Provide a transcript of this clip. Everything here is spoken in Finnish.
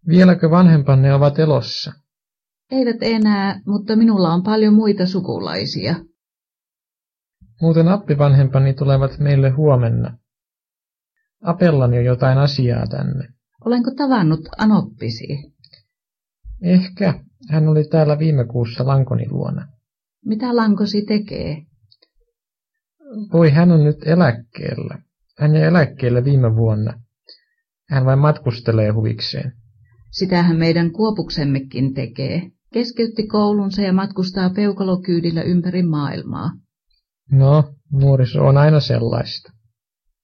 Vieläkö vanhempanne ovat elossa? Eivät enää, mutta minulla on paljon muita sukulaisia. Muuten appivanhempani tulevat meille huomenna. Apellani on jotain asiaa tänne. Olenko tavannut anoppisi? Ehkä. Hän oli täällä viime kuussa lankoni luona. Mitä lankosi tekee? Voi, hän on nyt eläkkeellä. Hän jäi eläkkeelle viime vuonna. Hän vain matkustelee huvikseen. Sitähän meidän Kuopuksemmekin tekee. Keskeytti koulunsa ja matkustaa peukalokyydillä ympäri maailmaa. No, nuoriso on aina sellaista.